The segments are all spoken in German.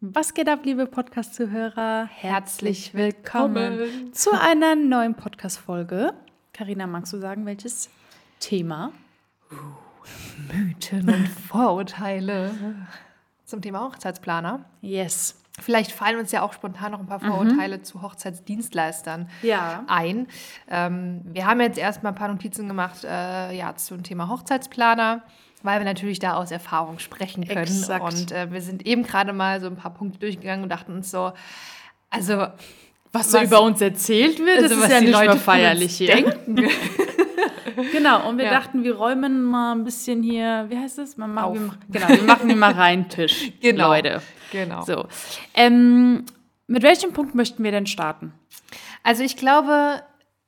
Was geht ab, liebe Podcast-Zuhörer? Herzlich willkommen zu einer neuen Podcast-Folge. Carina, magst du sagen, welches Thema? Mythen und Vorurteile zum Thema Hochzeitsplaner. Yes. Vielleicht fallen uns ja auch spontan noch ein paar Vorurteile zu Hochzeitsdienstleistern ein. Wir haben jetzt erstmal ein paar Notizen gemacht zum Thema Hochzeitsplaner, weil wir natürlich da aus Erfahrung sprechen können. Exakt. Und wir sind eben gerade mal so ein paar Punkte durchgegangen und dachten uns so, also was so über uns erzählt wird, das ist ja nicht mehr feierlich hier. Denken. Genau, und wir dachten, wir räumen mal ein bisschen hier, wie heißt das? Wir machen hier mal rein Tisch, Genau. Leute. Genau. So. Mit welchem Punkt möchten wir denn starten? Also ich glaube,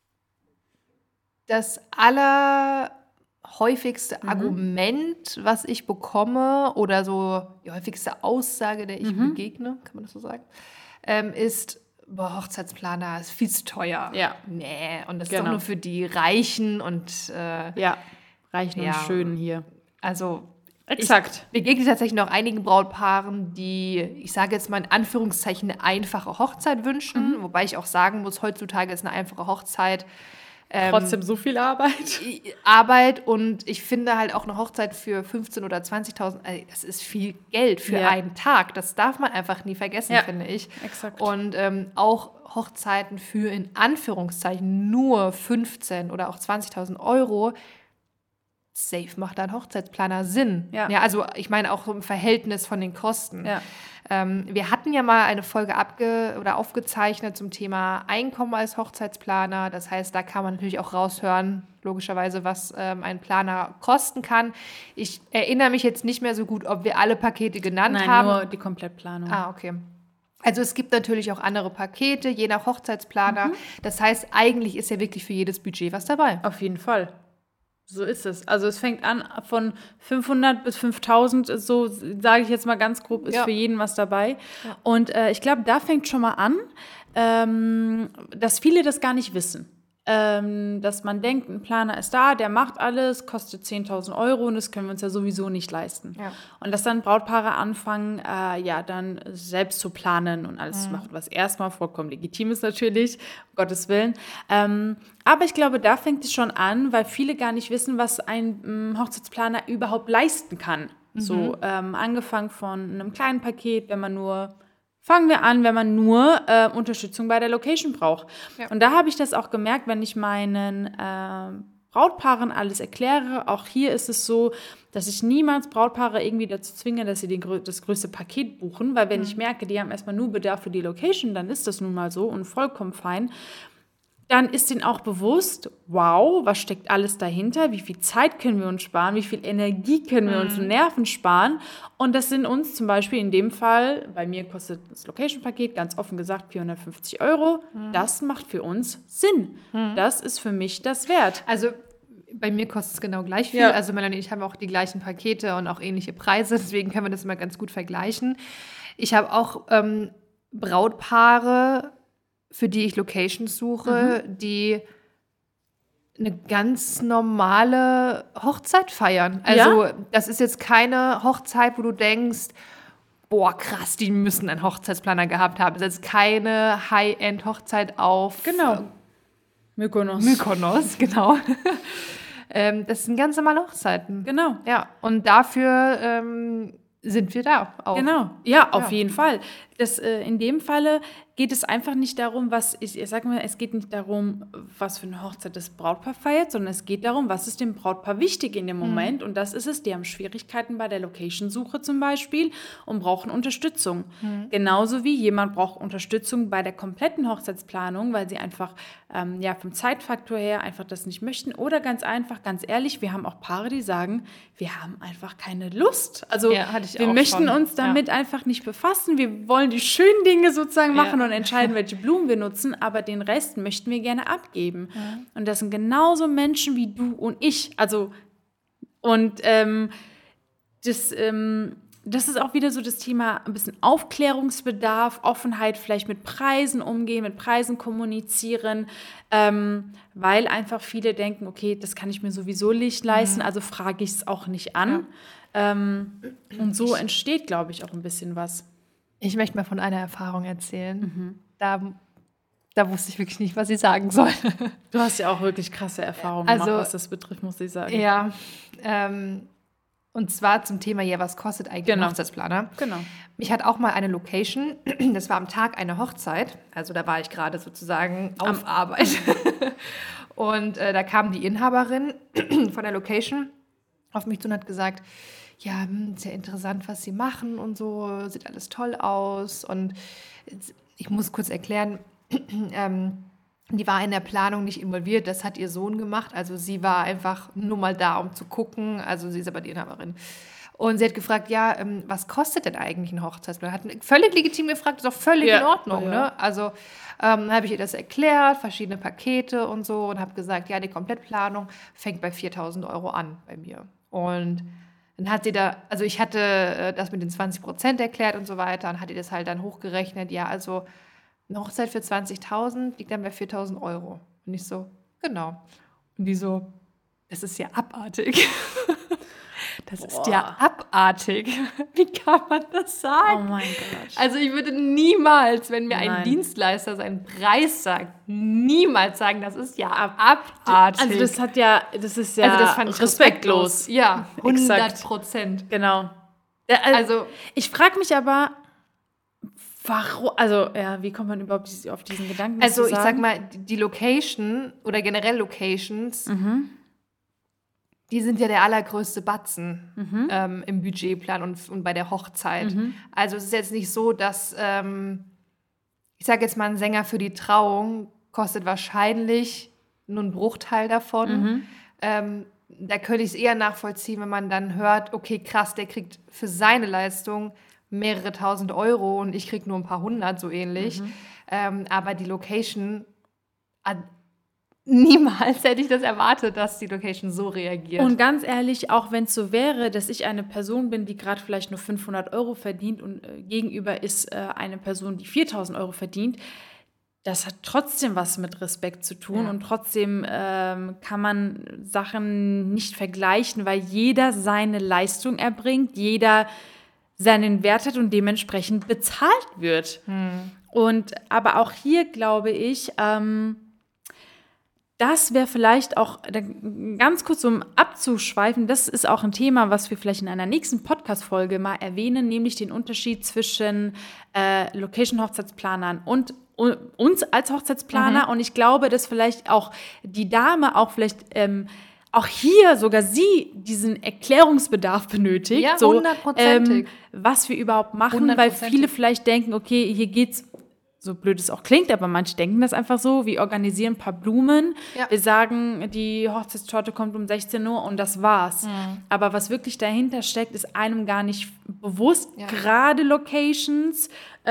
das allerhäufigste Argument, was ich bekomme, oder so die häufigste Aussage, der ich begegne, kann man das so sagen, ist, Hochzeitsplaner ist viel zu teuer. Ja. Nee, und das ist doch nur für die Reichen und Reichen und Schönen hier. Also Exakt. Ich begegne tatsächlich noch einigen Brautpaaren, die, ich sage jetzt mal in Anführungszeichen, eine einfache Hochzeit wünschen. Wobei ich auch sagen muss, heutzutage ist eine einfache Hochzeit Trotzdem so viel Arbeit. Und ich finde halt auch eine Hochzeit für 15.000 oder 20.000, das ist viel Geld für einen Tag. Das darf man einfach nie vergessen, finde ich. Exakt. Und auch Hochzeiten für in Anführungszeichen nur 15.000 oder auch 20.000 Euro, safe macht da ein Hochzeitsplaner Sinn. Ja. Ja, also ich meine auch im Verhältnis von den Kosten. Ja. Wir hatten ja mal eine Folge aufgezeichnet zum Thema Einkommen als Hochzeitsplaner. Das heißt, da kann man natürlich auch raushören, logischerweise, was ein Planer kosten kann. Ich erinnere mich jetzt nicht mehr so gut, ob wir alle Pakete genannt haben. Nein, nur die Komplettplanung. Ah, okay. Also es gibt natürlich auch andere Pakete, je nach Hochzeitsplaner. Das heißt, eigentlich ist ja wirklich für jedes Budget was dabei. Auf jeden Fall. So ist es. Also es fängt an von 500 bis 5000, so sage ich jetzt mal ganz grob, ist für jeden was dabei. Ja. Und ich glaube, da fängt schon mal an, dass viele das gar nicht wissen. Dass man denkt, ein Planer ist da, der macht alles, kostet 10.000 Euro und das können wir uns ja sowieso nicht leisten. Ja. Und dass dann Brautpaare anfangen, dann selbst zu planen und alles zu machen, was erstmal vollkommen legitim ist natürlich, um Gottes Willen. Aber ich glaube, da fängt es schon an, weil viele gar nicht wissen, was ein Hochzeitsplaner überhaupt leisten kann. So angefangen von einem kleinen Paket, Fangen wir an, wenn man nur Unterstützung bei der Location braucht. Ja. Und da habe ich das auch gemerkt, wenn ich meinen Brautpaaren alles erkläre. Auch hier ist es so, dass ich niemals Brautpaare irgendwie dazu zwinge, dass sie das größte Paket buchen. Weil wenn ich merke, die haben erstmal nur Bedarf für die Location, dann ist das nun mal so und vollkommen fein. Dann ist ihnen auch bewusst, wow, was steckt alles dahinter? Wie viel Zeit können wir uns sparen? Wie viel Energie können wir uns und Nerven sparen? Und das sind uns zum Beispiel in dem Fall, bei mir kostet das Location-Paket, ganz offen gesagt, 450 Euro. Das macht für uns Sinn. Das ist für mich das wert. Also bei mir kostet es genau gleich viel. Ja. Also Melanie und ich haben auch die gleichen Pakete und auch ähnliche Preise. Deswegen können wir das mal ganz gut vergleichen. Ich habe auch Brautpaare, für die ich Locations suche, die eine ganz normale Hochzeit feiern. Also das ist jetzt keine Hochzeit, wo du denkst, boah, krass, die müssen einen Hochzeitsplaner gehabt haben. Das ist keine High-End-Hochzeit auf Mykonos, genau. Das sind ganz normale Hochzeiten. Genau. Ja, und dafür sind wir da auch. Genau, ja, auf jeden Fall. In dem Falle geht es einfach nicht darum, es geht nicht darum, was für eine Hochzeit das Brautpaar feiert, sondern es geht darum, was ist dem Brautpaar wichtig in dem Moment. Und das ist es, die haben Schwierigkeiten bei der Location-Suche zum Beispiel und brauchen Unterstützung. Genauso wie jemand braucht Unterstützung bei der kompletten Hochzeitsplanung, weil sie einfach vom Zeitfaktor her einfach das nicht möchten. Oder ganz einfach, ganz ehrlich, wir haben auch Paare, die sagen, wir haben einfach keine Lust. Also wir möchten uns damit einfach nicht befassen. Wir wollen die schönen Dinge sozusagen machen und entscheiden, welche Blumen wir nutzen, aber den Rest möchten wir gerne abgeben. Und das sind genauso Menschen wie du und ich. Also, und das ist auch wieder so das Thema, ein bisschen Aufklärungsbedarf, Offenheit, vielleicht mit Preisen umgehen, mit Preisen kommunizieren, weil einfach viele denken, okay, das kann ich mir sowieso nicht leisten, also frage ich es auch nicht an. Und so entsteht, glaube ich, auch ein bisschen was. Ich möchte mal von einer Erfahrung erzählen. Da wusste ich wirklich nicht, was ich sagen soll. Du hast ja auch wirklich krasse Erfahrungen gemacht, was das betrifft, muss ich sagen. Ja, und zwar zum Thema, was kostet eigentlich ein Hochzeitsplaner? Genau. Ich hatte auch mal eine Location, das war am Tag einer Hochzeit, also da war ich gerade sozusagen auf Arbeit. Und da kam die Inhaberin von der Location auf mich zu und hat gesagt, ja, ist ja interessant, was Sie machen und so, sieht alles toll aus. Und ich muss kurz erklären, die war in der Planung nicht involviert, das hat ihr Sohn gemacht. Also sie war einfach nur mal da, um zu gucken. Also sie ist aber die Inhaberin. Und sie hat gefragt, ja, was kostet denn eigentlich ein Hochzeitsplan? Hat völlig legitim gefragt, ist auch völlig in Ordnung. Ja. Ne? Also habe ich ihr das erklärt, verschiedene Pakete und so und habe gesagt, ja, die Komplettplanung fängt bei 4.000 € an bei mir. Und dann hat sie also ich hatte das mit den 20% erklärt und so weiter und hat ihr das halt dann hochgerechnet, ja, also eine Hochzeit für 20.000 liegt dann bei 4.000 €. Und ich so, genau. Und die so, das ist ja abartig. Das ist ja abartig. Wie kann man das sagen? Oh mein Gott. Also ich würde niemals, wenn mir ein Dienstleister seinen Preis sagt, niemals sagen, das ist ja abartig. Also das ist ja das fand ich respektlos. Ja, 100%. Genau. Also ich frage mich aber, warum, also ja, wie kommt man überhaupt auf diesen Gedanken? Also ich sag mal, die Location oder generell Locations, die sind ja der allergrößte Batzen im Budgetplan und bei der Hochzeit. Also es ist jetzt nicht so, dass, ich sage jetzt mal, ein Sänger für die Trauung kostet wahrscheinlich nur einen Bruchteil davon. Da könnte ich es eher nachvollziehen, wenn man dann hört, okay, krass, der kriegt für seine Leistung mehrere 1.000 € und ich kriege nur ein paar hundert, so ähnlich. Aber die Location, niemals hätte ich das erwartet, dass die Location so reagiert. Und ganz ehrlich, auch wenn es so wäre, dass ich eine Person bin, die gerade vielleicht nur 500 € verdient und gegenüber ist eine Person, die 4.000 € verdient, das hat trotzdem was mit Respekt zu tun und trotzdem kann man Sachen nicht vergleichen, weil jeder seine Leistung erbringt, jeder seinen Wert hat und dementsprechend bezahlt wird. Und aber auch hier glaube ich, das wäre vielleicht auch, ganz kurz um abzuschweifen, das ist auch ein Thema, was wir vielleicht in einer nächsten Podcast-Folge mal erwähnen, nämlich den Unterschied zwischen Location-Hochzeitsplanern und uns als Hochzeitsplaner. Und ich glaube, dass vielleicht auch die Dame auch vielleicht auch hier sogar sie diesen Erklärungsbedarf benötigt. Ja, 100%. Was wir überhaupt machen, weil viele vielleicht denken, okay, hier geht's, so blöd es auch klingt, aber manche denken das einfach so, wir organisieren ein paar Blumen, wir sagen, die Hochzeitstorte kommt um 16 Uhr und das war's. Aber was wirklich dahinter steckt, ist einem gar nicht bewusst, gerade Locations,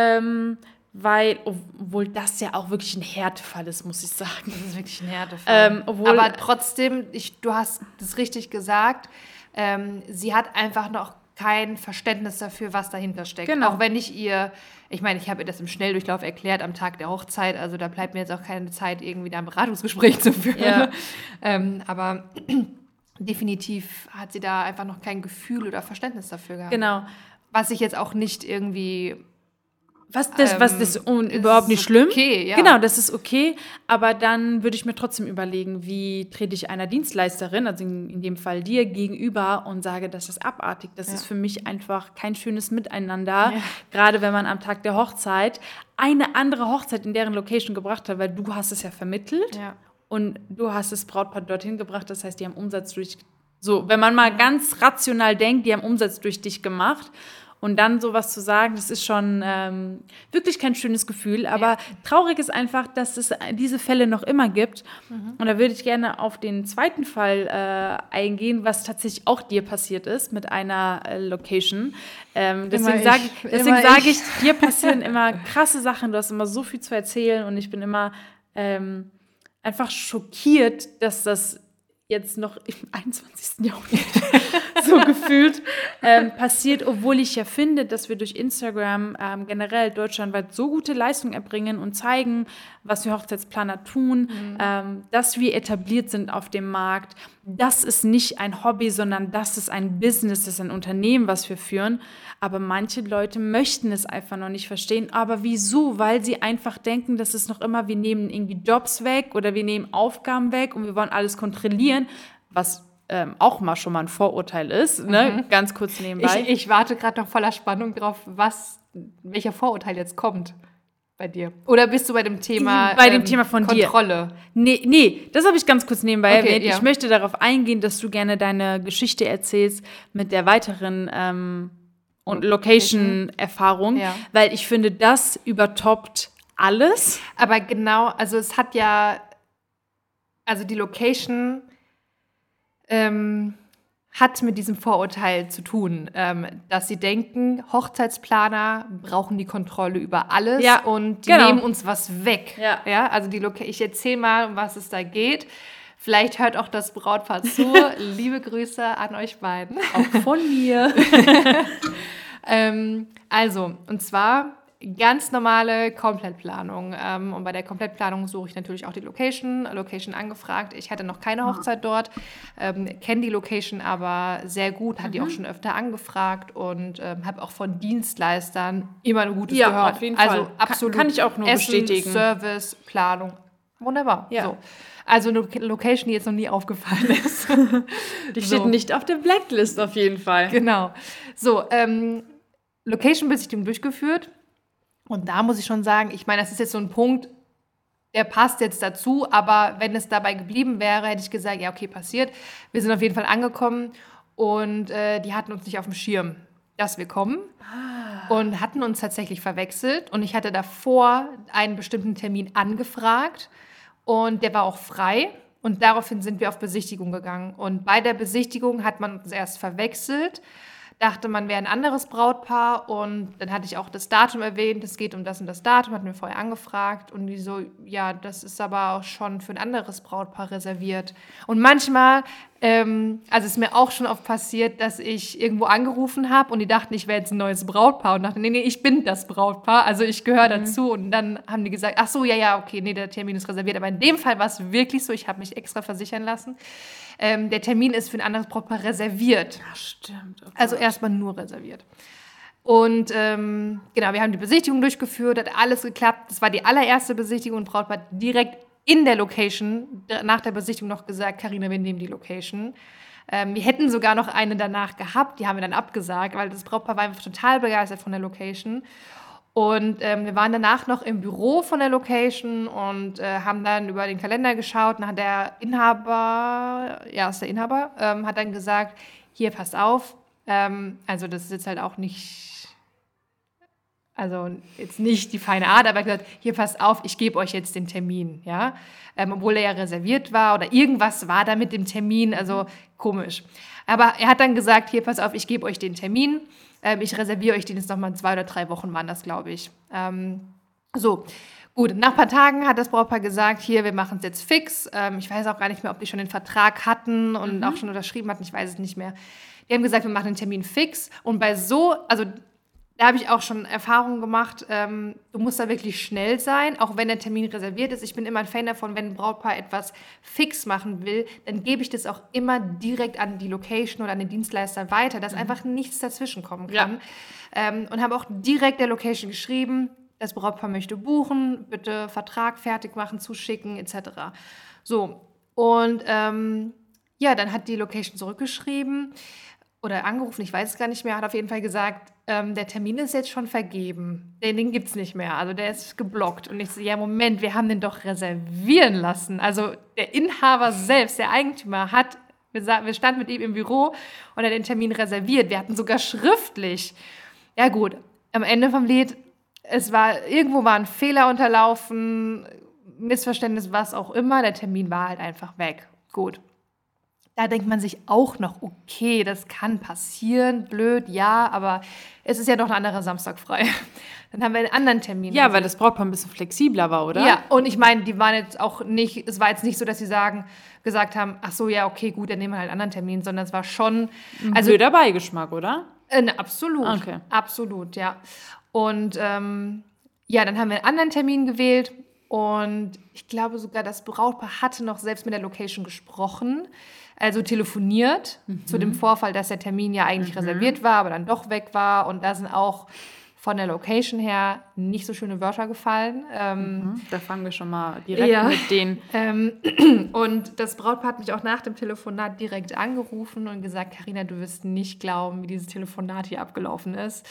weil, obwohl das ja auch wirklich ein Härtefall ist, muss ich sagen. Das ist wirklich ein Härtefall. Aber trotzdem, du hast das richtig gesagt, sie hat einfach noch kein Verständnis dafür, was dahinter steckt. Genau. Auch wenn ich meine, ich habe ihr das im Schnelldurchlauf erklärt am Tag der Hochzeit, also da bleibt mir jetzt auch keine Zeit, irgendwie da ein Beratungsgespräch zu führen. Ja. Aber definitiv hat sie da einfach noch kein Gefühl oder Verständnis dafür gehabt. Genau. Was ich jetzt auch nicht irgendwie... Was das überhaupt nicht schlimm. Okay, ja. Genau, das ist okay. Aber dann würde ich mir trotzdem überlegen, wie trete ich einer Dienstleisterin, also in dem Fall dir, gegenüber und sage, das ist abartig. Das ist für mich einfach kein schönes Miteinander. Ja. Gerade wenn man am Tag der Hochzeit eine andere Hochzeit in deren Location gebracht hat, weil du hast es ja vermittelt und du hast das Brautpaar dorthin gebracht. Das heißt, die haben Umsatz so, wenn man mal ganz rational denkt, die haben Umsatz durch dich gemacht. Und dann sowas zu sagen, das ist schon wirklich kein schönes Gefühl. Aber traurig ist einfach, dass es diese Fälle noch immer gibt. Und da würde ich gerne auf den zweiten Fall eingehen, was tatsächlich auch dir passiert ist mit einer Location. Deswegen sage ich, dir passieren immer krasse Sachen. Du hast immer so viel zu erzählen. Und ich bin immer einfach schockiert, dass das jetzt noch im 21. Jahrhundert so gefühlt passiert, obwohl ich ja finde, dass wir durch Instagram generell deutschlandweit so gute Leistungen erbringen und zeigen, was wir Hochzeitsplaner tun, dass wir etabliert sind auf dem Markt, das ist nicht ein Hobby, sondern das ist ein Business, das ist ein Unternehmen, was wir führen. Aber manche Leute möchten es einfach noch nicht verstehen. Aber wieso? Weil sie einfach denken, das ist noch immer, wir nehmen irgendwie Jobs weg oder wir nehmen Aufgaben weg und wir wollen alles kontrollieren, was auch mal schon mal ein Vorurteil ist, ne? Ganz kurz nebenbei. Ich warte gerade noch voller Spannung drauf, welcher Vorurteil jetzt kommt bei dir. Oder bist du bei dem Thema bei dem Thema von Kontrolle? Nee, das habe ich ganz kurz nebenbei erwähnt. Ja. Ich möchte darauf eingehen, dass du gerne deine Geschichte erzählst mit der weiteren und Location-Erfahrung, weil ich finde, das übertoppt alles. Aber genau, also es hat ja, also die Location hat mit diesem Vorurteil zu tun, dass sie denken, Hochzeitsplaner brauchen die Kontrolle über alles und die nehmen uns was weg. Ja, also ich erzähle mal, um was es da geht. Vielleicht hört auch das Brautpaar zu. Liebe Grüße an euch beiden. Auch von mir. Also, und zwar ganz normale Komplettplanung. Und bei der Komplettplanung suche ich natürlich auch die Location angefragt. Ich hatte noch keine Hochzeit dort, kenne die Location aber sehr gut, hatte die auch schon öfter angefragt und habe auch von Dienstleistern immer ein Gutes gehört. Ja, auf jeden Fall. Also absolut. Kann ich auch nur Essen, bestätigen. Service, Planung. Wunderbar. Ja. So. Also eine Location, die jetzt noch nie aufgefallen ist. Die steht nicht auf der Blacklist auf jeden Fall. Genau. So, Location-Besichtigung durchgeführt. Und da muss ich schon sagen, ich meine, das ist jetzt so ein Punkt, der passt jetzt dazu, aber wenn es dabei geblieben wäre, hätte ich gesagt, ja, okay, passiert. Wir sind auf jeden Fall angekommen und die hatten uns nicht auf dem Schirm, dass wir kommen und hatten uns tatsächlich verwechselt. Und ich hatte davor einen bestimmten Termin angefragt und der war auch frei. Und daraufhin sind wir auf Besichtigung gegangen. Und bei der Besichtigung hat man uns erst verwechselt, dachte, man wäre ein anderes Brautpaar und dann hatte ich auch das Datum erwähnt, es geht um das und das Datum, hatten wir vorher angefragt und die so, ja, das ist aber auch schon für ein anderes Brautpaar reserviert. Und manchmal, also ist mir auch schon oft passiert, dass ich irgendwo angerufen habe und die dachten, ich wäre jetzt ein neues Brautpaar und dachten, nee, ich bin das Brautpaar, also ich gehöre dazu und dann haben die gesagt, ach so, ja, okay, nee, der Termin ist reserviert, aber in dem Fall war es wirklich so, ich habe mich extra versichern lassen. Der Termin ist für ein anderes Brautpaar reserviert. Ja, stimmt. Okay. Also erstmal nur reserviert. Und genau, wir haben die Besichtigung durchgeführt, hat alles geklappt. Das war die allererste Besichtigung und Brautpaar direkt in der Location, nach der Besichtigung noch gesagt, Carina, wir nehmen die Location. Wir hätten sogar noch eine danach gehabt, die haben wir dann abgesagt, weil das Brautpaar war einfach total begeistert von der Location. Und wir waren danach noch im Büro von der Location und haben dann über den Kalender geschaut. Und hat der Inhaber, hat dann gesagt, hier, passt auf. Also das ist jetzt halt auch nicht, also jetzt nicht die feine Art, aber er hat gesagt, hier, passt auf, ich gebe euch jetzt den Termin. Ja? Obwohl er ja reserviert war oder irgendwas war da mit dem Termin, also komisch. Aber er hat dann gesagt, hier, pass auf, ich gebe euch den Termin. Ich reserviere euch den jetzt nochmal 2 oder 3 Wochen, waren das, glaube ich. So, gut, nach ein paar Tagen hat das Brautpaar gesagt, hier, wir machen es jetzt fix. Ich weiß auch gar nicht mehr, ob die schon den Vertrag hatten und auch schon unterschrieben hatten, ich weiß es nicht mehr. Die haben gesagt, wir machen den Termin fix. Und also da habe ich auch schon Erfahrungen gemacht, du musst da wirklich schnell sein, auch wenn der Termin reserviert ist. Ich bin immer ein Fan davon, wenn ein Brautpaar etwas fix machen will, dann gebe ich das auch immer direkt an die Location oder an den Dienstleister weiter, dass einfach nichts dazwischen kommen kann. Ja. Und habe auch direkt der Location geschrieben, das Brautpaar möchte buchen, bitte Vertrag fertig machen, zuschicken, etc. So, und dann hat die Location zurückgeschrieben oder angerufen, ich weiß es gar nicht mehr, hat auf jeden Fall gesagt, der Termin ist jetzt schon vergeben. Den gibt es nicht mehr. Also der ist geblockt. Und ich so, ja, Moment, wir haben den doch reservieren lassen. Also der Inhaber selbst, der Eigentümer, wir standen mit ihm im Büro und er hat den Termin reserviert. Wir hatten sogar schriftlich. Ja gut, am Ende vom Lied, irgendwo war ein Fehler unterlaufen, Missverständnis, was auch immer. Der Termin war halt einfach weg. Gut. Da denkt man sich auch noch, okay, das kann passieren, blöd, ja, aber es ist ja doch ein anderer Samstag frei. Dann haben wir einen anderen Termin. Ja, weil das Brautpaar ein bisschen flexibler war, oder? Ja, und ich meine, die waren jetzt auch nicht, es war jetzt nicht so, dass sie gesagt haben, ach so, ja, okay, gut, dann nehmen wir halt einen anderen Termin, sondern es war schon... Also blöder Beigeschmack, oder? Absolut, okay. Absolut, ja. Und dann haben wir einen anderen Termin gewählt. Und ich glaube sogar, das Brautpaar hatte noch selbst mit der Location gesprochen, also telefoniert zu dem Vorfall, dass der Termin ja eigentlich reserviert war, aber dann doch weg war. Und da sind auch von der Location her nicht so schöne Wörter gefallen. Da fangen wir schon mal direkt mit denen. Und das Brautpaar hat mich auch nach dem Telefonat direkt angerufen und gesagt, Carina, du wirst nicht glauben, wie dieses Telefonat hier abgelaufen ist.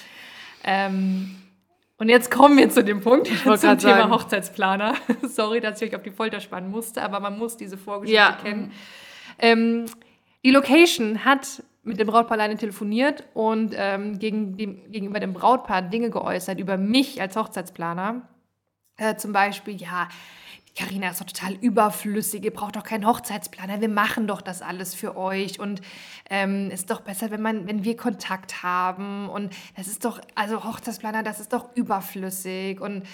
Und jetzt kommen wir zu dem Punkt zum Thema Hochzeitsplaner. Sorry, dass ich euch auf die Folter spannen musste, aber man muss diese Vorgeschichte kennen. Die Location hat mit dem Brautpaar alleine telefoniert und gegenüber dem Brautpaar Dinge geäußert über mich als Hochzeitsplaner. Zum Beispiel, ja, Carina ist doch total überflüssig, ihr braucht doch keinen Hochzeitsplaner, wir machen doch das alles für euch und ist doch besser, wenn wir Kontakt haben und das ist doch, also Hochzeitsplaner, das ist doch überflüssig und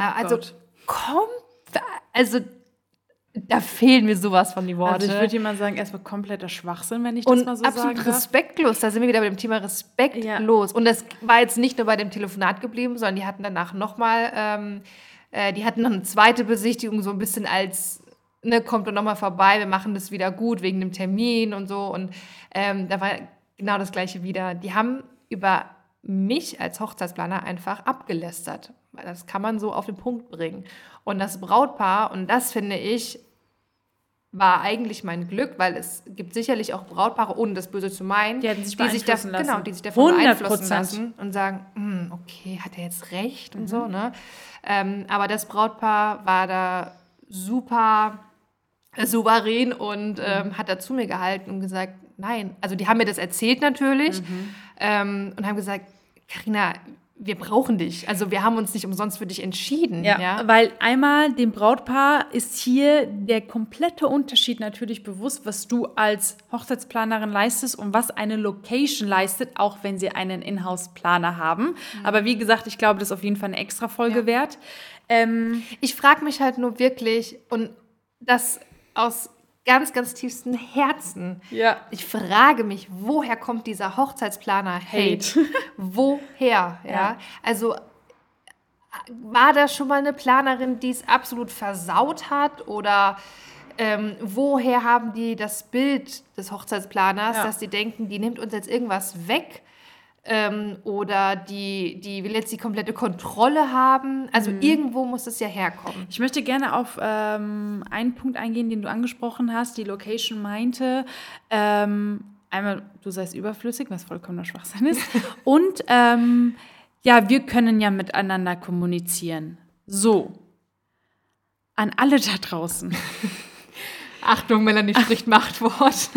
da fehlen mir sowas von die Worte. Also ich würde dir mal sagen, erstmal kompletter Schwachsinn, wenn ich das mal so sagen darf. Absolut respektlos, da sind wir wieder bei dem Thema respektlos. Ja. Und das war jetzt nicht nur bei dem Telefonat geblieben, sondern die hatten danach nochmal, die hatten noch eine zweite Besichtigung, so ein bisschen als, kommt doch nochmal vorbei, wir machen das wieder gut wegen dem Termin und so. Und da war genau das Gleiche wieder. Die haben über mich als Hochzeitsplaner einfach abgelästert. Das kann man so auf den Punkt bringen. Und das Brautpaar, und das finde ich, war eigentlich mein Glück, weil es gibt sicherlich auch Brautpaare, ohne das Böse zu meinen, die sich davon beeinflussen lassen und sagen, okay, hat er jetzt recht und so, ne? Aber das Brautpaar war da super souverän und hat da zu mir gehalten und gesagt, nein. Also die haben mir das erzählt natürlich und haben gesagt, Carina, wir brauchen dich. Also wir haben uns nicht umsonst für dich entschieden. Ja, weil einmal dem Brautpaar ist hier der komplette Unterschied natürlich bewusst, was du als Hochzeitsplanerin leistest und was eine Location leistet, auch wenn sie einen Inhouse-Planer haben. Aber wie gesagt, ich glaube, das ist auf jeden Fall eine extra Folge wert. Ich frage mich halt nur wirklich, und das aus ganz, ganz tiefstem Herzen. Ja. Ich frage mich, woher kommt dieser Hochzeitsplaner-Hate? Woher? Ja? Also war da schon mal eine Planerin, die es absolut versaut hat? Oder woher haben die das Bild des Hochzeitsplaners, dass die denken, die nimmt uns jetzt irgendwas weg? Oder die will jetzt die komplette Kontrolle haben. Also irgendwo muss es ja herkommen. Ich möchte gerne auf einen Punkt eingehen, den du angesprochen hast. Die Location meinte, einmal, du seist überflüssig, was vollkommener Schwachsinn ist. Und wir können ja miteinander kommunizieren. So, an alle da draußen. Achtung, Melanie spricht Machtwort.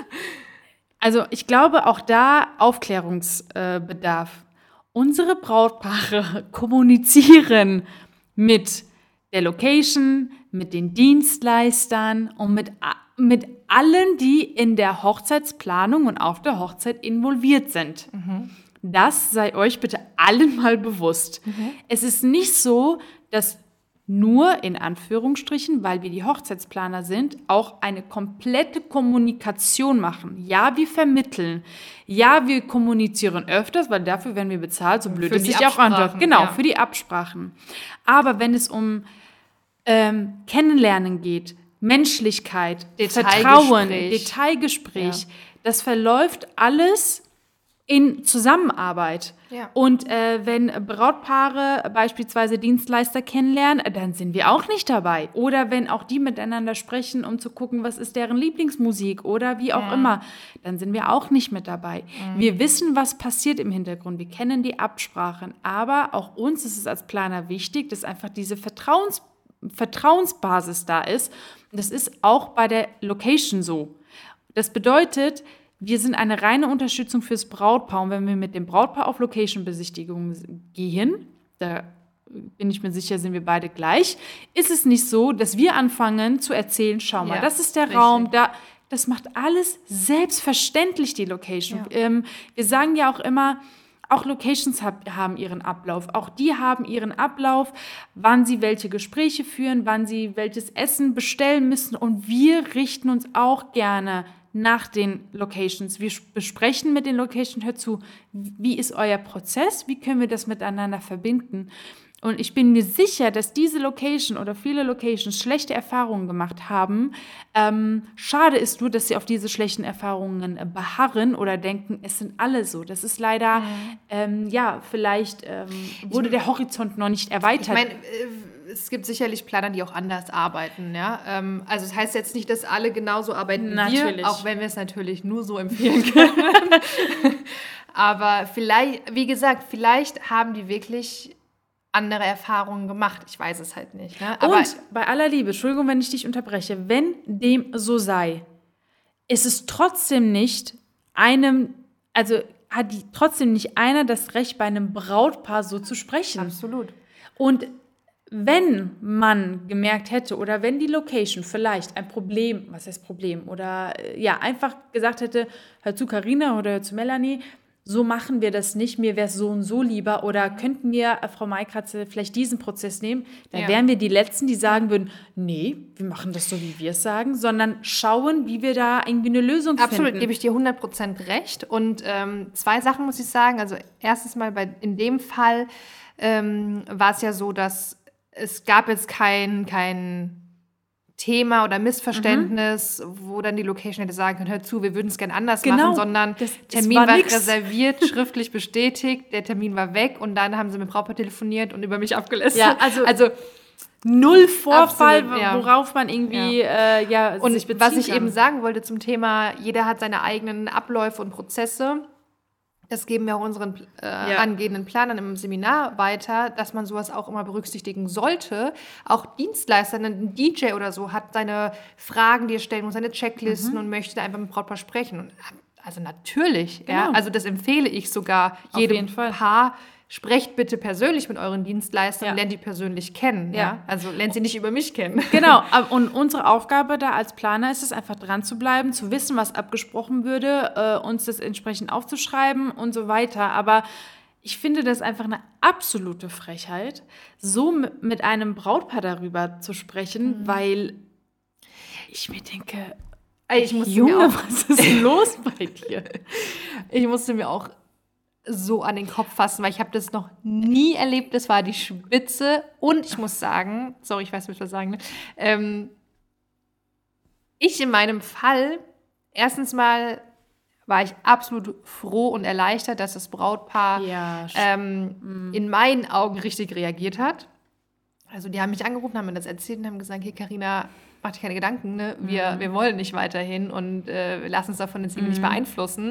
Also ich glaube, auch da Aufklärungsbedarf. Unsere Brautpaare kommunizieren mit der Location, mit den Dienstleistern und mit allen, die in der Hochzeitsplanung und auf der Hochzeit involviert sind. Das sei euch bitte allen mal bewusst. Es ist nicht so, dass nur in Anführungsstrichen, weil wir die Hochzeitsplaner sind, auch eine komplette Kommunikation machen. Ja, wir vermitteln. Ja, wir kommunizieren öfters, weil dafür werden wir bezahlt, so blöd es sich auch anhört. Genau, für die Absprachen. Aber wenn es um Kennenlernen geht, Menschlichkeit, Vertrauen, Detailgespräch, das verläuft alles in Zusammenarbeit. Ja. Und wenn Brautpaare beispielsweise Dienstleister kennenlernen, dann sind wir auch nicht dabei. Oder wenn auch die miteinander sprechen, um zu gucken, was ist deren Lieblingsmusik oder wie auch immer, dann sind wir auch nicht mit dabei. Wir wissen, was passiert im Hintergrund. Wir kennen die Absprachen. Aber auch uns ist es als Planer wichtig, dass einfach diese Vertrauensbasis da ist. Und das ist auch bei der Location so. Das bedeutet, wir sind eine reine Unterstützung fürs Brautpaar. Und wenn wir mit dem Brautpaar auf Location-Besichtigungen gehen, da bin ich mir sicher, sind wir beide gleich, ist es nicht so, dass wir anfangen zu erzählen, schau mal, das ist der Raum, das macht alles selbstverständlich, die Location. Ja. Wir sagen ja auch immer, auch Locations haben ihren Ablauf. Auch die haben ihren Ablauf, wann sie welche Gespräche führen, wann sie welches Essen bestellen müssen. Und wir richten uns auch gerne nach den Locations. Wir besprechen mit den Locations, hört zu, wie ist euer Prozess, wie können wir das miteinander verbinden. und ich bin mir sicher, dass diese Location oder viele Locations schlechte Erfahrungen gemacht haben. Schade ist nur, dass sie auf diese schlechten Erfahrungen beharren oder denken, es sind alle so. Das ist leider, vielleicht wurde der Horizont noch nicht erweitert. Ich meine, es gibt sicherlich Planer, die auch anders arbeiten. Ja? Also es heißt jetzt nicht, dass alle genauso arbeiten wie wir, auch wenn wir es natürlich nur so empfehlen können. Aber vielleicht, wie gesagt, vielleicht haben die wirklich andere Erfahrungen gemacht. Ich weiß es halt nicht. Ne? Aber und bei aller Liebe, Entschuldigung, wenn ich dich unterbreche, wenn dem so sei, ist es trotzdem nicht trotzdem nicht einer das Recht, bei einem Brautpaar so zu sprechen. Absolut. Und wenn man gemerkt hätte oder wenn die Location vielleicht ein Problem, was heißt Problem, oder einfach gesagt hätte, hör zu Carina oder hör zu Melanie, so machen wir das nicht, mir wäre es so und so lieber, oder könnten wir, Frau Maikratze, vielleicht diesen Prozess nehmen, dann wären wir die Letzten, die sagen würden, nee, wir machen das so, wie wir es sagen, sondern schauen, wie wir da irgendwie eine Lösung finden. Absolut, gebe ich dir 100% recht. Und 2 Sachen muss ich sagen. Also erstens mal, in dem Fall war es ja so, dass es gab jetzt kein Thema oder Missverständnis, wo dann die Location hätte sagen können, hör zu, wir würden es gerne anders machen, sondern der Termin war reserviert, schriftlich bestätigt, der Termin war weg und dann haben sie mit Brautpaar telefoniert und über mich abgelästert. Ja, also null Vorfall, absolut, worauf man irgendwie und sich beziehen was ich kann. eben sagen wollte zum Thema, jeder hat seine eigenen Abläufe und Prozesse. Das geben wir auch unseren angehenden Planern im Seminar weiter, dass man sowas auch immer berücksichtigen sollte. Auch Dienstleister, ein DJ oder so, hat seine Fragen, die er stellen muss, seine Checklisten und möchte da einfach mit Brautpaar sprechen. Und, also natürlich, genau. Also das empfehle ich sogar jedem Paar. Sprecht bitte persönlich mit euren Dienstleistern, lernt die persönlich kennen. Ja? Also lernt sie nicht über mich kennen. Genau, und unsere Aufgabe da als Planer ist es einfach dran zu bleiben, zu wissen, was abgesprochen würde, uns das entsprechend aufzuschreiben und so weiter. Aber ich finde das einfach eine absolute Frechheit, so mit einem Brautpaar darüber zu sprechen, weil ich mir denke, Junge, was ist los bei dir? Ich musste mir auch so an den Kopf fassen, weil ich habe das noch nie erlebt. Das war die Spitze. Und ich muss sagen, sorry, ich weiß, was ich sagen, ne? Ich in meinem Fall, erstens mal war ich absolut froh und erleichtert, dass das Brautpaar in meinen Augen richtig reagiert hat. Also die haben mich angerufen, haben mir das erzählt und haben gesagt, hey Carina, mach dir keine Gedanken, ne? Wir wollen nicht weiterhin und wir lassen uns davon jetzt irgendwie nicht beeinflussen.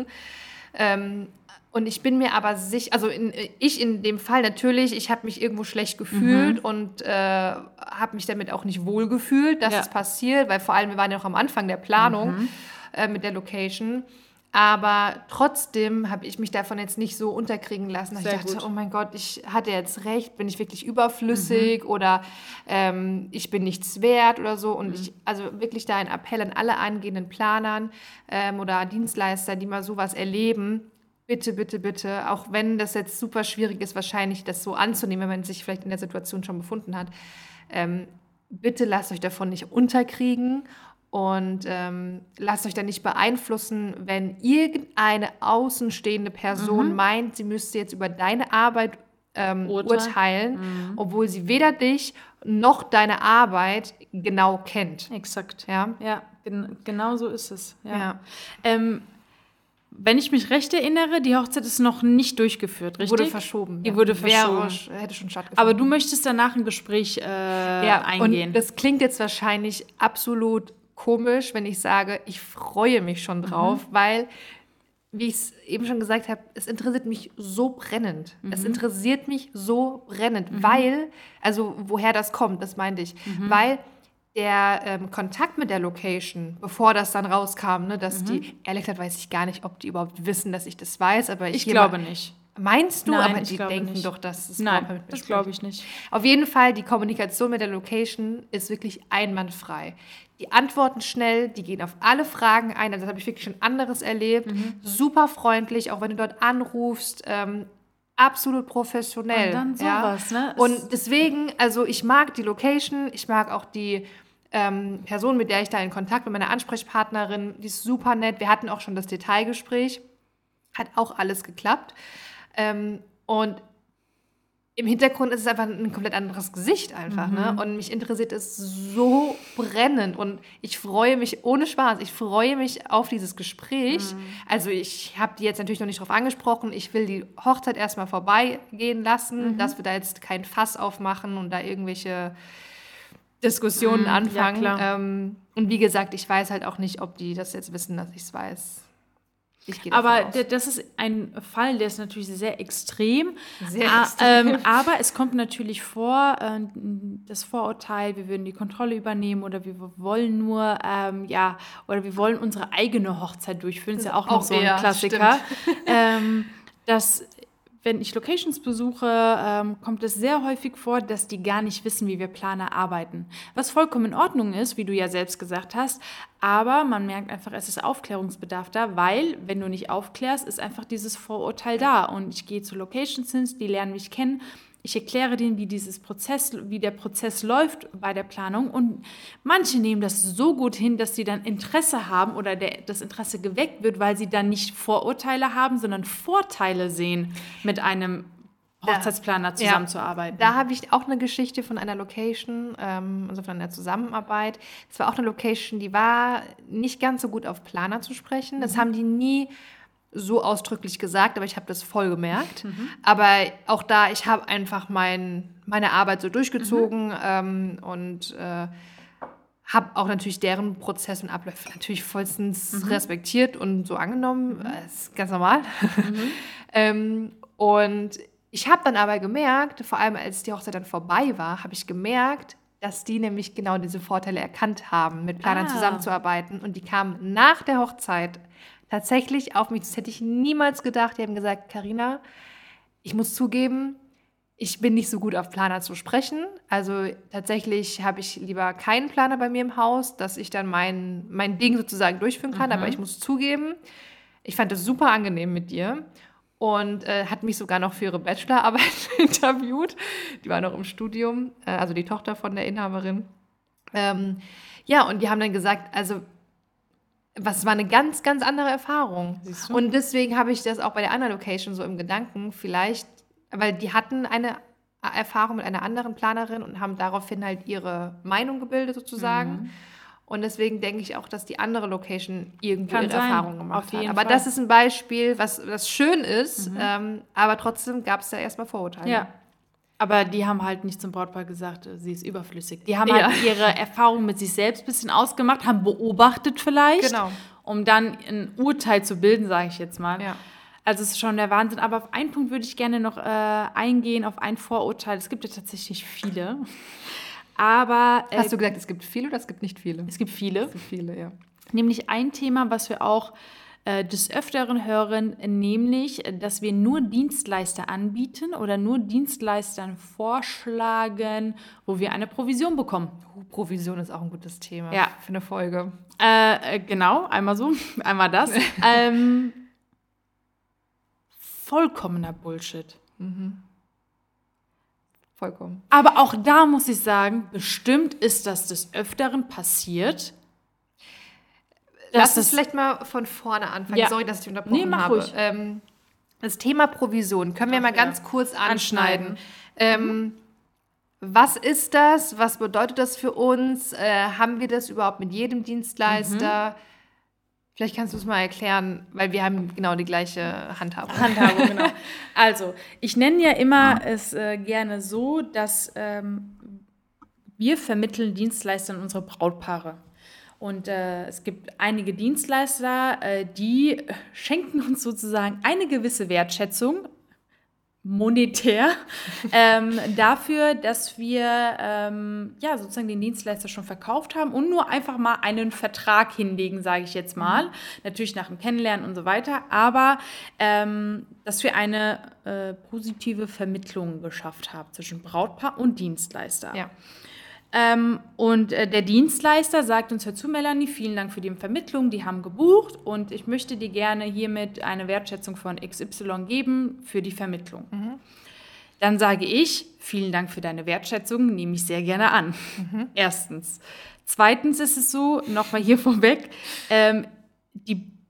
Und ich bin mir aber sicher, also ich in dem Fall natürlich, ich habe mich irgendwo schlecht gefühlt und habe mich damit auch nicht wohl gefühlt, dass es passiert, weil vor allem wir waren ja noch am Anfang der Planung mit der Location. Aber trotzdem habe ich mich davon jetzt nicht so unterkriegen lassen, dass ich dachte, oh mein Gott, ich hatte jetzt recht, bin ich wirklich überflüssig oder ich bin nichts wert oder so. Und also wirklich da ein Appell an alle angehenden Planern oder Dienstleister, die mal sowas erleben, bitte, bitte, bitte, auch wenn das jetzt super schwierig ist, wahrscheinlich das so anzunehmen, wenn man sich vielleicht in der Situation schon befunden hat, bitte lasst euch davon nicht unterkriegen und lasst euch da nicht beeinflussen, wenn irgendeine außenstehende Person meint, sie müsste jetzt über deine Arbeit urteilen, obwohl sie weder dich noch deine Arbeit genau kennt. Exakt. Ja, genau so ist es. Ja. Wenn ich mich recht erinnere, die Hochzeit ist noch nicht durchgeführt, richtig? Wurde verschoben. Die wurde verschoben. Hätte schon stattgefunden. Aber du möchtest danach ein Gespräch eingehen. Und das klingt jetzt wahrscheinlich absolut komisch, wenn ich sage, ich freue mich schon drauf, weil, wie ich es eben schon gesagt habe, es interessiert mich so brennend. Es interessiert mich so brennend, weil, also woher das kommt, das meinte ich, weil der Kontakt mit der Location, bevor das dann rauskam, ne, dass die, ehrlich gesagt weiß ich gar nicht, ob die überhaupt wissen, dass ich das weiß, aber ich glaube nicht. Meinst du? Nein, aber die denken nicht. doch, dass es Nein, das glaube ich nicht. Auf jeden Fall, die Kommunikation mit der Location ist wirklich einwandfrei. Die antworten schnell, die gehen auf alle Fragen ein. Also das habe ich wirklich schon anderes erlebt. Super freundlich, auch wenn du dort anrufst. Absolut professionell. Und dann sowas, ne? Und deswegen, also ich mag die Location, ich mag auch die Person, mit der ich da in Kontakt bin, meine Ansprechpartnerin, die ist super nett. Wir hatten auch schon das Detailgespräch. Hat auch alles geklappt. Und im Hintergrund ist es einfach ein komplett anderes Gesicht einfach, ne? Und mich interessiert es so brennend und ich freue mich, ohne Spaß, ich freue mich auf dieses Gespräch. Also ich habe die jetzt natürlich noch nicht drauf angesprochen, ich will die Hochzeit erstmal vorbeigehen lassen, dass wir da jetzt kein Fass aufmachen und da irgendwelche Diskussionen anfangen. Ja, klar. Und wie gesagt, ich weiß halt auch nicht, ob die das jetzt wissen, dass ich es weiß. Ich gehe davon Aber aus. das ist ein Fall, der ist natürlich sehr extrem. Sehr extrem. Aber es kommt natürlich vor, das Vorurteil, wir würden die Kontrolle übernehmen oder wir wollen nur, oder wir wollen unsere eigene Hochzeit durchführen. Das ist ja auch noch so ein Klassiker. Dass, wenn ich Locations besuche, kommt es sehr häufig vor, dass die gar nicht wissen, wie wir Planer arbeiten. Was vollkommen in Ordnung ist, wie du ja selbst gesagt hast, aber man merkt einfach, es ist Aufklärungsbedarf da, weil, wenn du nicht aufklärst, ist einfach dieses Vorurteil da. Und ich gehe zu Locations hin, die lernen mich kennen, ich erkläre denen, wie der Prozess läuft bei der Planung und manche nehmen das so gut hin, dass sie dann Interesse haben oder das Interesse geweckt wird, weil sie dann nicht Vorurteile haben, sondern Vorteile sehen, mit einem Hochzeitsplaner zusammenzuarbeiten. Da habe ich auch eine Geschichte von einer Location, also von einer Zusammenarbeit. Es war auch eine Location, die war nicht ganz so gut auf Planer zu sprechen. Das haben die nie so ausdrücklich gesagt, aber ich habe das voll gemerkt. Aber auch da, ich habe einfach meine Arbeit so durchgezogen und habe auch natürlich deren Prozess und Abläufe natürlich vollstens respektiert und so angenommen. Das ist ganz normal. Und ich habe dann aber gemerkt, vor allem als die Hochzeit dann vorbei war, habe ich gemerkt, dass die nämlich genau diese Vorteile erkannt haben, mit Planern zusammenzuarbeiten. Und die kamen nach der Hochzeit tatsächlich auf mich. Das hätte ich niemals gedacht. Die haben gesagt, Carina, ich muss zugeben, ich bin nicht so gut auf Planer zu sprechen. Also tatsächlich habe ich lieber keinen Planer bei mir im Haus, dass ich dann mein Ding sozusagen durchführen kann. Aber ich muss zugeben, ich fand es super angenehm mit dir. Und hat mich sogar noch für ihre Bachelorarbeit interviewt. Die war noch im Studium, also die Tochter von der Inhaberin. Und die haben dann gesagt, also was war eine ganz, ganz andere Erfahrung. Siehst du? Und deswegen habe ich das auch bei der anderen Location so im Gedanken, vielleicht, weil die hatten eine Erfahrung mit einer anderen Planerin und haben daraufhin halt ihre Meinung gebildet sozusagen. Und deswegen denke ich auch, dass die andere Location irgendwie ihre Erfahrung gemacht hat. Aber das ist ein Beispiel, was schön ist, aber trotzdem gab es da erstmal Vorurteile. Ja. Aber die haben halt nicht zum Brautpaar gesagt, sie ist überflüssig. Die haben halt ihre Erfahrung mit sich selbst ein bisschen ausgemacht, haben beobachtet vielleicht, um dann ein Urteil zu bilden, sage ich jetzt mal. Ja. Also es ist schon der Wahnsinn. Aber auf einen Punkt würde ich gerne noch eingehen, auf ein Vorurteil. Es gibt ja tatsächlich viele. Aber hast du gesagt, es gibt viele oder es gibt nicht viele? Es gibt viele. Es gibt viele, ja. Nämlich ein Thema, was wir auch des Öfteren hören, nämlich, dass wir nur Dienstleister anbieten oder nur Dienstleistern vorschlagen, wo wir eine Provision bekommen. Provision ist auch ein gutes Thema für eine Folge. Genau, einmal so, einmal das. Vollkommener Bullshit. Vollkommen. Aber auch da muss ich sagen, bestimmt ist das des Öfteren passiert. Lass uns vielleicht mal von vorne anfangen. Ja. Sorry, dass ich unterbrochen mach habe. Ruhig. Das Thema Provision können wir mal ganz kurz anschneiden. Was ist das? Was bedeutet das für uns? Haben wir das überhaupt mit jedem Dienstleister? Vielleicht kannst du es mal erklären, weil wir haben genau die gleiche Handhabung. Genau. Also, ich nenne ja immer es gerne so, dass wir vermitteln Dienstleister an unsere Brautpaare. Und es gibt einige Dienstleister, die schenken uns sozusagen eine gewisse Wertschätzung, monetär, dafür, dass wir sozusagen den Dienstleister schon verkauft haben und nur einfach mal einen Vertrag hinlegen, sage ich jetzt mal. Natürlich nach dem Kennenlernen und so weiter, aber dass wir eine positive Vermittlung geschafft haben zwischen Brautpaar und Dienstleister. Ja. Und der Dienstleister sagt uns, hör zu, Melanie, vielen Dank für die Vermittlung, die haben gebucht und ich möchte dir gerne hiermit eine Wertschätzung von XY geben für die Vermittlung. Dann sage ich, vielen Dank für deine Wertschätzung, nehme ich sehr gerne an. Erstens. Zweitens ist es so, nochmal hier vorweg, die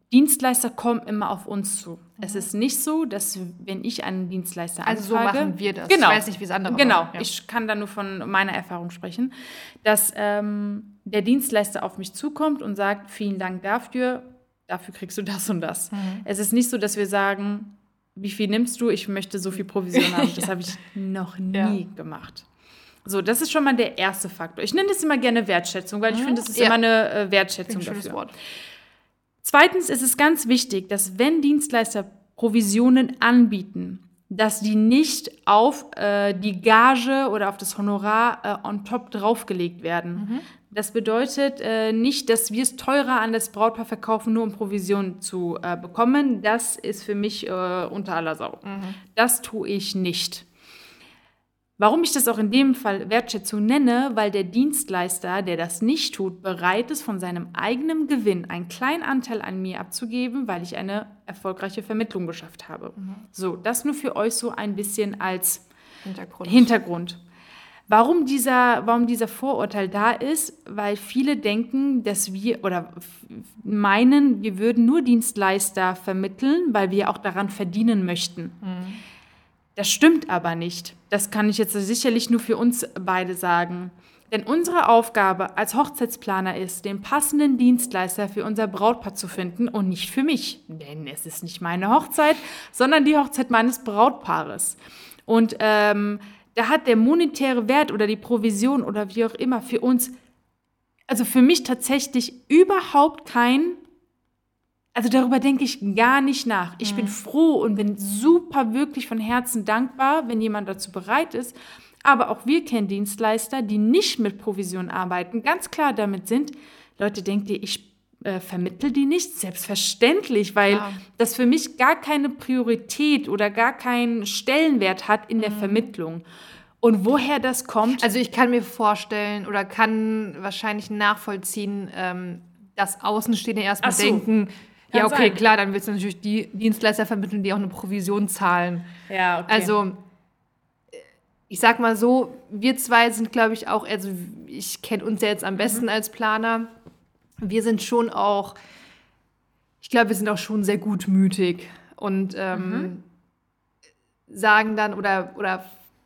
Dienstleister kommen immer auf uns zu. Es ist nicht so, dass wenn ich einen Dienstleister anfrage... Also so machen wir das. Genau. Ich weiß nicht, wie es andere Genau, machen. Ja. Ich kann da nur von meiner Erfahrung sprechen, dass der Dienstleister auf mich zukommt und sagt, vielen Dank dafür kriegst du das und das. Es ist nicht so, dass wir sagen, wie viel nimmst du? Ich möchte so viel Provision haben. Das habe ich noch nie gemacht. So, das ist schon mal der erste Faktor. Ich nenne das immer gerne Wertschätzung, weil ich finde, das ist immer eine Wertschätzung dafür. Schönes Wort. Zweitens ist es ganz wichtig, dass wenn Dienstleister Provisionen anbieten, dass die nicht auf die Gage oder auf das Honorar on top draufgelegt werden. Das bedeutet nicht, dass wir es teurer an das Brautpaar verkaufen, nur um Provision zu bekommen. Das ist für mich unter aller Sau. Das tue ich nicht. Warum ich das auch in dem Fall Wertschätzung nenne, weil der Dienstleister, der das nicht tut, bereit ist, von seinem eigenen Gewinn einen kleinen Anteil an mir abzugeben, weil ich eine erfolgreiche Vermittlung geschafft habe. So, das nur für euch so ein bisschen als Hintergrund. Warum dieser Vorurteil da ist, weil viele denken, dass wir oder meinen, wir würden nur Dienstleister vermitteln, weil wir auch daran verdienen möchten. Das stimmt aber nicht. Das kann ich jetzt sicherlich nur für uns beide sagen. Denn unsere Aufgabe als Hochzeitsplaner ist, den passenden Dienstleister für unser Brautpaar zu finden und nicht für mich. Denn es ist nicht meine Hochzeit, sondern die Hochzeit meines Brautpaares. Und da hat der monetäre Wert oder die Provision oder wie auch immer für uns, also für mich tatsächlich überhaupt also darüber denke ich gar nicht nach. Ich bin froh und bin super wirklich von Herzen dankbar, wenn jemand dazu bereit ist. Aber auch wir kennen Dienstleister, die nicht mit Provision arbeiten, ganz klar damit sind, Leute, denkt ihr, ich vermittle die nicht? Selbstverständlich, weil das für mich gar keine Priorität oder gar keinen Stellenwert hat in der Vermittlung. Und woher das kommt? Also ich kann mir vorstellen oder kann wahrscheinlich nachvollziehen, dass Außenstehende erstmal denken, ja, okay, klar, dann willst du natürlich die Dienstleister vermitteln, die auch eine Provision zahlen. Ja, okay. Also, ich sag mal so, wir zwei sind, glaube ich, auch, also ich kenne uns ja jetzt am besten als Planer. Wir sind schon auch, ich glaube, wir sind auch schon sehr gutmütig und sagen dann oder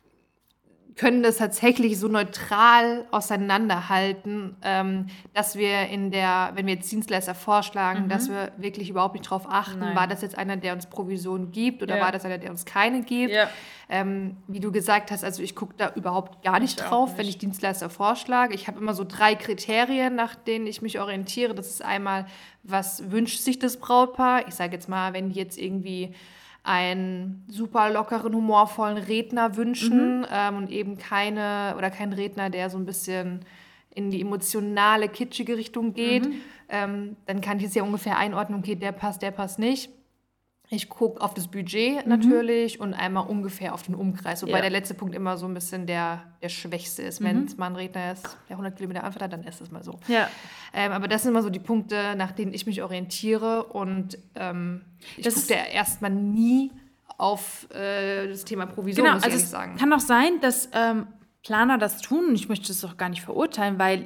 können das tatsächlich so neutral auseinanderhalten, dass wir wenn wir jetzt Dienstleister vorschlagen, dass wir wirklich überhaupt nicht drauf achten, war das jetzt einer, der uns Provision gibt oder war das einer, der uns keine gibt. Ja. Wie du gesagt hast, also ich gucke da überhaupt gar nicht drauf, wenn ich Dienstleister vorschlage. Ich habe immer so 3 Kriterien, nach denen ich mich orientiere. Das ist einmal, was wünscht sich das Brautpaar? Ich sage jetzt mal, wenn die jetzt irgendwie einen super lockeren, humorvollen Redner wünschen und eben keinen Redner, der so ein bisschen in die emotionale, kitschige Richtung geht, dann kann ich jetzt ja ungefähr einordnen, okay, der passt nicht. Ich gucke auf das Budget natürlich und einmal ungefähr auf den Umkreis, wobei der letzte Punkt immer so ein bisschen der schwächste ist. Wenn es mal ein Redner ist, der 100 Kilometer Anfahrt hat, dann ist es mal so. Ja. Aber das sind immer so die Punkte, nach denen ich mich orientiere und ich gucke da erstmal nie auf das Thema Provision, muss ich ehrlich sagen. Kann auch sein, dass Planer das tun, und ich möchte das auch gar nicht verurteilen, weil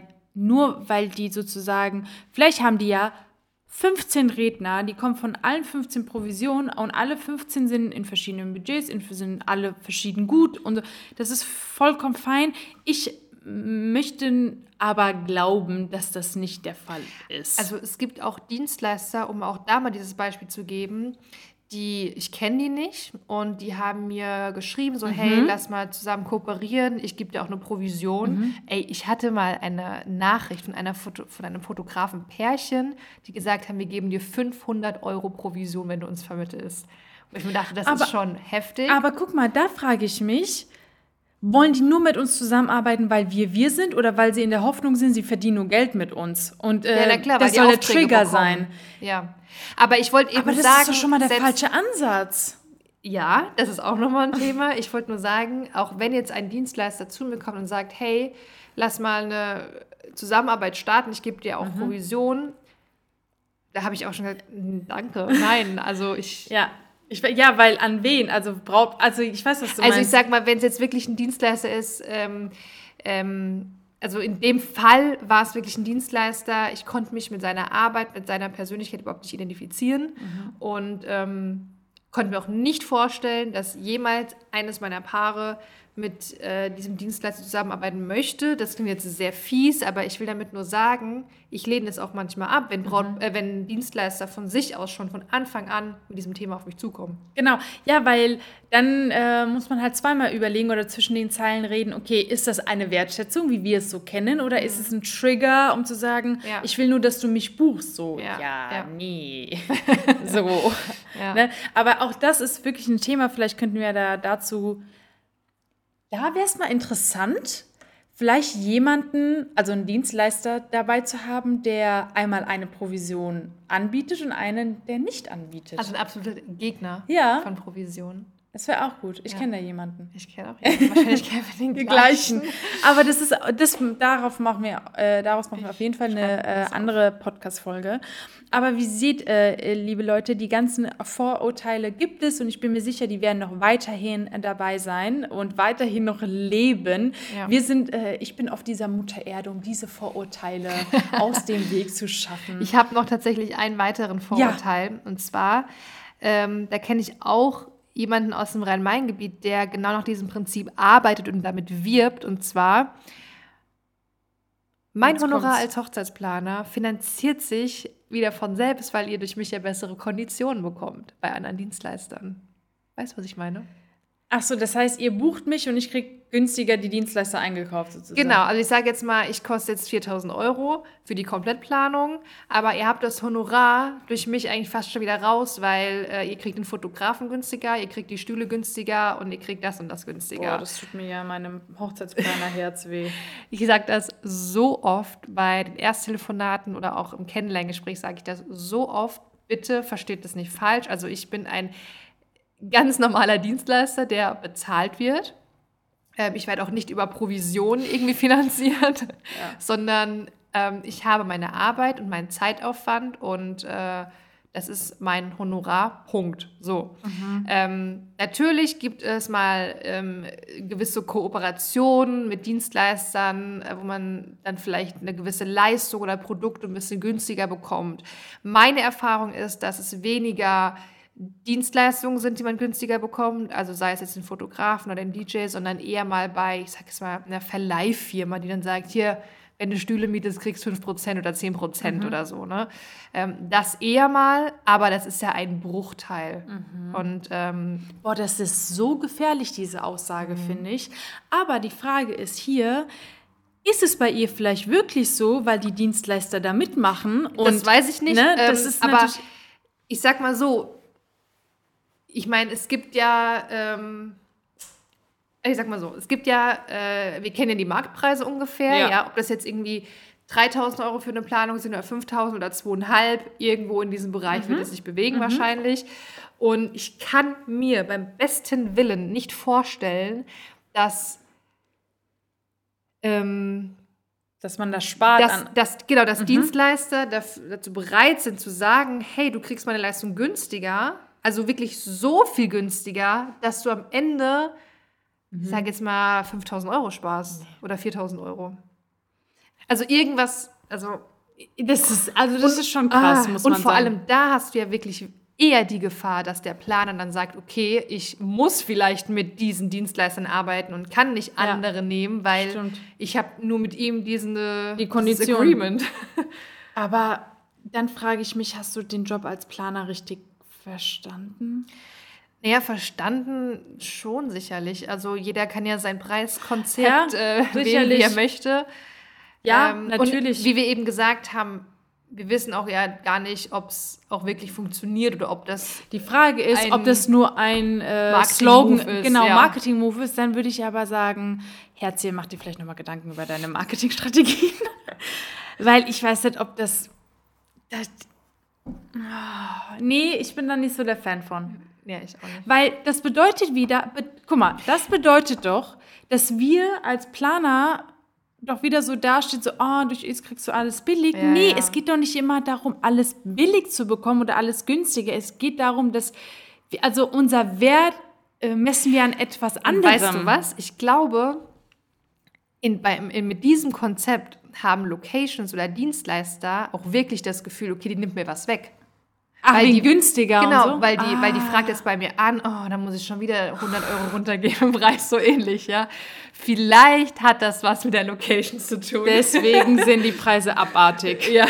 die sozusagen, vielleicht haben die ja 15 Redner, die kommen von allen 15 Provisionen und alle 15 sind in verschiedenen Budgets, sind alle verschieden gut und so. Das ist vollkommen fein. Ich möchte aber glauben, dass das nicht der Fall ist. Also es gibt auch Dienstleister, um auch da mal dieses Beispiel zu geben, ich kenne die nicht und die haben mir geschrieben, so hey, lass mal zusammen kooperieren, ich gebe dir auch eine Provision. Ey, ich hatte mal eine Nachricht von einem Fotografen-Pärchen, die gesagt haben, wir geben dir 500 € Provision, wenn du uns vermittelst. Und ich mir dachte, das ist schon heftig. Aber guck mal, da frage ich mich, wollen die nur mit uns zusammenarbeiten, weil wir sind oder weil sie in der Hoffnung sind, sie verdienen nur Geld mit uns? Und na klar, das soll der Trigger sein. Ja, aber ich wollte eben sagen... Aber das ist doch schon mal der falsche Ansatz. Ja, das ist auch nochmal ein Thema. Ich wollte nur sagen, auch wenn jetzt ein Dienstleister zu mir kommt und sagt, hey, lass mal eine Zusammenarbeit starten, ich gebe dir auch Provision, da habe ich auch schon gesagt, danke, nein, also ich... Ja, weil an wen? Also ich weiß, was du meinst. Also ich sag mal, wenn es jetzt wirklich ein Dienstleister ist, also in dem Fall war es wirklich ein Dienstleister. Ich konnte mich mit seiner Arbeit, mit seiner Persönlichkeit überhaupt nicht identifizieren und konnte mir auch nicht vorstellen, dass jemals eines meiner Paare mit diesem Dienstleister zusammenarbeiten möchte. Das klingt jetzt sehr fies, aber ich will damit nur sagen, ich lehne es auch manchmal ab, wenn Dienstleister von sich aus schon von Anfang an mit diesem Thema auf mich zukommen. Genau, ja, weil dann muss man halt zweimal überlegen oder zwischen den Zeilen reden, okay, ist das eine Wertschätzung, wie wir es so kennen, oder ist es ein Trigger, um zu sagen, ich will nur, dass du mich buchst, so, nee, so. Ja. Ne? Aber auch das ist wirklich ein Thema, vielleicht könnten wir dazu... Da wäre es mal interessant, vielleicht jemanden, also einen Dienstleister dabei zu haben, der einmal eine Provision anbietet und einen, der nicht anbietet. Also ein absoluter Gegner von Provisionen. Das wäre auch gut. Ich kenne da jemanden. Ich kenne auch jemanden. Wahrscheinlich kennen wir den gleichen. Aber daraus machen wir auf jeden Fall eine andere Podcast-Folge. Aber wie seht, liebe Leute, die ganzen Vorurteile gibt es und ich bin mir sicher, die werden noch weiterhin dabei sein und weiterhin noch leben. Ja. Ich bin auf dieser Mutter Erde, um diese Vorurteile aus dem Weg zu schaffen. Ich habe noch tatsächlich einen weiteren Vorurteil. Und zwar, da kenne ich auch jemanden aus dem Rhein-Main-Gebiet, der genau nach diesem Prinzip arbeitet und damit wirbt. Und zwar, mein Honorar als Hochzeitsplaner finanziert sich wieder von selbst, weil ihr durch mich ja bessere Konditionen bekommt bei anderen Dienstleistern. Weißt du, was ich meine? Ach so, das heißt, ihr bucht mich und ich kriege günstiger die Dienstleister eingekauft sozusagen. Genau, also ich sage jetzt mal, ich koste jetzt 4.000 € für die Komplettplanung, aber ihr habt das Honorar durch mich eigentlich fast schon wieder raus, weil ihr kriegt den Fotografen günstiger, ihr kriegt die Stühle günstiger und ihr kriegt das und das günstiger. Boah, das tut mir ja meinem Hochzeitsplaner-Herz weh. Ich sage das so oft bei den Ersttelefonaten oder auch im Kennenlerngespräch sage ich das so oft, bitte versteht das nicht falsch, also ich bin ein ganz normaler Dienstleister, der bezahlt wird. Ich werde auch nicht über Provisionen irgendwie finanziert, sondern ich habe meine Arbeit und meinen Zeitaufwand und das ist mein Honorar, Punkt. So. Natürlich gibt es mal gewisse Kooperationen mit Dienstleistern, wo man dann vielleicht eine gewisse Leistung oder Produkt ein bisschen günstiger bekommt. Meine Erfahrung ist, dass es weniger Dienstleistungen sind, die man günstiger bekommt, also sei es jetzt ein Fotografen oder ein DJ, sondern eher mal bei, ich sag jetzt mal, einer Verleihfirma, die dann sagt, hier, wenn du Stühle mietest, kriegst du 5% oder 10% oder so. Ne? Das eher mal, aber das ist ja ein Bruchteil. Und, das ist so gefährlich, diese Aussage, finde ich. Aber die Frage ist hier, ist es bei ihr vielleicht wirklich so, weil die Dienstleister da mitmachen? Und, das weiß ich nicht, ne, das ist aber ich sag mal so, ich meine, es gibt ja, wir kennen ja die Marktpreise ungefähr, ob das jetzt irgendwie 3.000 € für eine Planung sind oder 5.000 oder 2,5, irgendwo in diesem Bereich wird es sich bewegen wahrscheinlich. Und ich kann mir beim besten Willen nicht vorstellen, dass man das spart. Dass Dienstleister dazu bereit sind zu sagen, hey, du kriegst meine Leistung günstiger, also wirklich so viel günstiger, dass du am Ende, ich sage jetzt mal, 5.000 € sparst oder 4.000 €. Also irgendwas, das ist schon krass, muss man sagen. Und vor allem da hast du ja wirklich eher die Gefahr, dass der Planer dann sagt, okay, ich muss vielleicht mit diesen Dienstleistern arbeiten und kann nicht andere nehmen, weil ich habe nur mit ihm dieses Agreement. Aber dann frage ich mich, hast du den Job als Planer richtig verstanden? Naja, verstanden schon sicherlich. Also jeder kann ja sein Preiskonzept wählen, wie er möchte. Ja, natürlich. Und wie wir eben gesagt haben, wir wissen auch ja gar nicht, ob es auch wirklich funktioniert oder ob das... Die Frage ist, ob das nur ein Slogan ist. Genau, Marketing-Move ist. Dann würde ich aber sagen, Herzchen, mach dir vielleicht nochmal Gedanken über deine Marketingstrategien. Weil ich weiß nicht, ob das nee, ich bin da nicht so der Fan von. Ja, ich auch nicht. Weil das bedeutet das bedeutet doch, dass wir als Planer doch wieder so dastehen, so, durch uns kriegst du alles billig. Ja, nee, es geht doch nicht immer darum, alles billig zu bekommen oder alles günstiger. Es geht darum, dass unser Wert messen wir an etwas anderem. Weißt du was? Ich glaube, mit diesem Konzept haben Locations oder Dienstleister auch wirklich das Gefühl, okay, die nimmt mir was weg. Ach, weil die günstiger genau, und so? Weil die fragt jetzt bei mir an, dann muss ich schon wieder 100 € runtergeben im Preis, so ähnlich, ja. Vielleicht hat das was mit der Location zu tun. Deswegen sind die Preise abartig. Ja.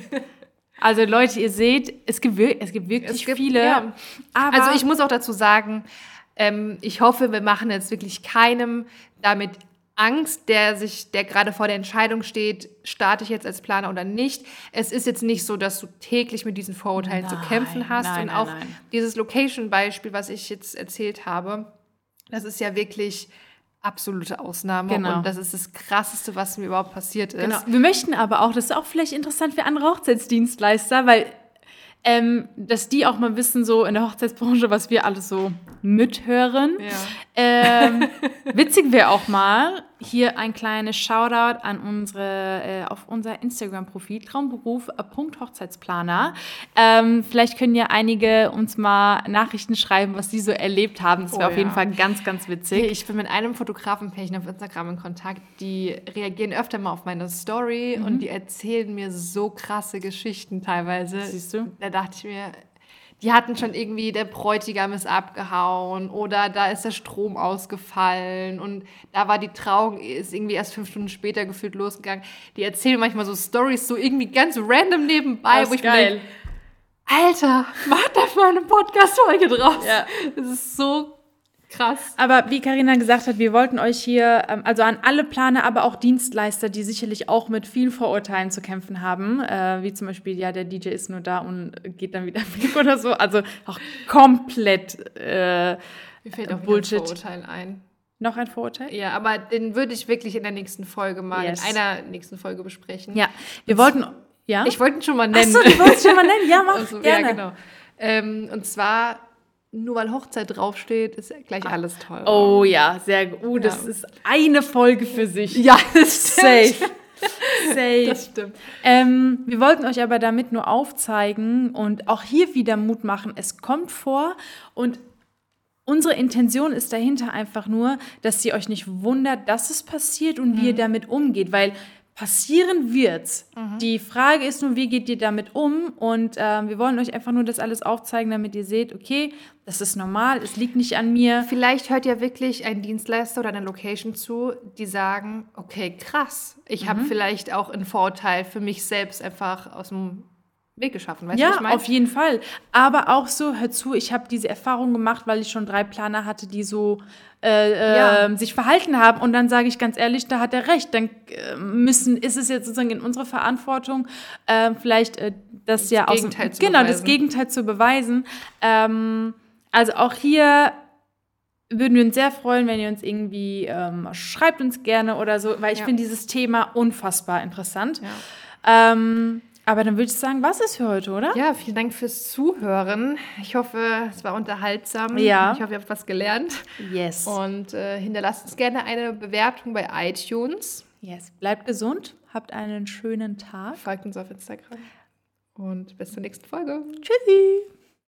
Also Leute, ihr seht, es gibt wirklich viele. Ja. Aber also ich muss auch dazu sagen, ich hoffe, wir machen jetzt wirklich keinem damit Angst, der gerade vor der Entscheidung steht, starte ich jetzt als Planer oder nicht. Es ist jetzt nicht so, dass du täglich mit diesen Vorurteilen zu kämpfen hast. Und auch dieses Location-Beispiel, was ich jetzt erzählt habe, das ist ja wirklich absolute Ausnahme. Genau. Und das ist das Krasseste, was mir überhaupt passiert ist. Genau. Wir möchten aber auch, das ist auch vielleicht interessant für andere Hochzeitsdienstleister, weil dass die auch mal wissen, so in der Hochzeitsbranche, was wir alles so mithören. Ja. Witzig wäre auch mal, hier ein kleines Shoutout an auf unser Instagram-Profil, traumberuf.hochzeitsplaner. Vielleicht können ja einige uns mal Nachrichten schreiben, was sie so erlebt haben. Das wäre auf jeden Fall ganz, ganz witzig. Okay, ich bin mit einem Fotografenpärchen auf Instagram in Kontakt, die reagieren öfter mal auf meine Story und die erzählen mir so krasse Geschichten teilweise. Siehst du? Da dachte ich mir, die hatten schon irgendwie, der Bräutigam ist abgehauen oder da ist der Strom ausgefallen und da war die Trauung, ist irgendwie erst 5 Stunden später gefühlt losgegangen. Die erzählen manchmal so Storys so irgendwie ganz random nebenbei, wo ich mir denke, Alter, mach da mal eine Podcast-Folge draus. Ja. Das ist so krass. Aber wie Carina gesagt hat, wir wollten euch hier, also an alle Planer, aber auch Dienstleister, die sicherlich auch mit vielen Vorurteilen zu kämpfen haben, wie zum Beispiel, ja, der DJ ist nur da und geht dann wieder weg oder so, also auch komplett Mir fällt auch Bullshit. ein Vorurteil ein. Noch ein Vorurteil? Ja, aber den würde ich wirklich in der nächsten Folge mal, Yes. in einer nächsten Folge besprechen. Ja, wir wollten, ja? Ich wollte ihn schon mal nennen. Achso, du wolltest schon mal nennen? Ja, mach Also, gerne. ja, genau. Und zwar, nur weil Hochzeit draufsteht, ist gleich alles toll. Oh ja, sehr gut. Das ist eine Folge für sich. Ja, das Safe. Safe. Das stimmt. Wir wollten euch aber damit nur aufzeigen und auch hier wieder Mut machen. Es kommt vor und unsere Intention ist dahinter einfach nur, dass ihr euch nicht wundert, dass es passiert und wie ihr damit umgeht, weil passieren wird's. Die Frage ist nur, wie geht ihr damit um? Und wir wollen euch einfach nur das alles aufzeigen, damit ihr seht, okay, das ist normal, es liegt nicht an mir. Vielleicht hört ja wirklich ein Dienstleister oder eine Location zu, die sagen, okay, krass, ich habe vielleicht auch ein Vorurteil für mich selbst einfach aus dem Weg geschaffen. Weißt du, was ich Ja, meine? auf jeden Fall. Aber auch so, hör zu, ich habe diese Erfahrung gemacht, weil ich schon 3 Planer hatte, die so sich verhalten haben. Und dann sage ich ganz ehrlich, da hat er recht. Dann ist es jetzt sozusagen in unserer Verantwortung, vielleicht das ja aus das Gegenteil zu beweisen. Also auch hier würden wir uns sehr freuen, wenn ihr uns irgendwie schreibt uns gerne oder so, weil ich finde dieses Thema unfassbar interessant. Ja. Aber dann würde ich sagen, was ist für heute, oder? Ja, vielen Dank fürs Zuhören. Ich hoffe, es war unterhaltsam. Ja. Ich hoffe, ihr habt was gelernt. Yes. Und hinterlasst uns gerne eine Bewertung bei iTunes. Yes. Bleibt gesund, habt einen schönen Tag. Folgt uns auf Instagram. Und bis zur nächsten Folge. Tschüssi.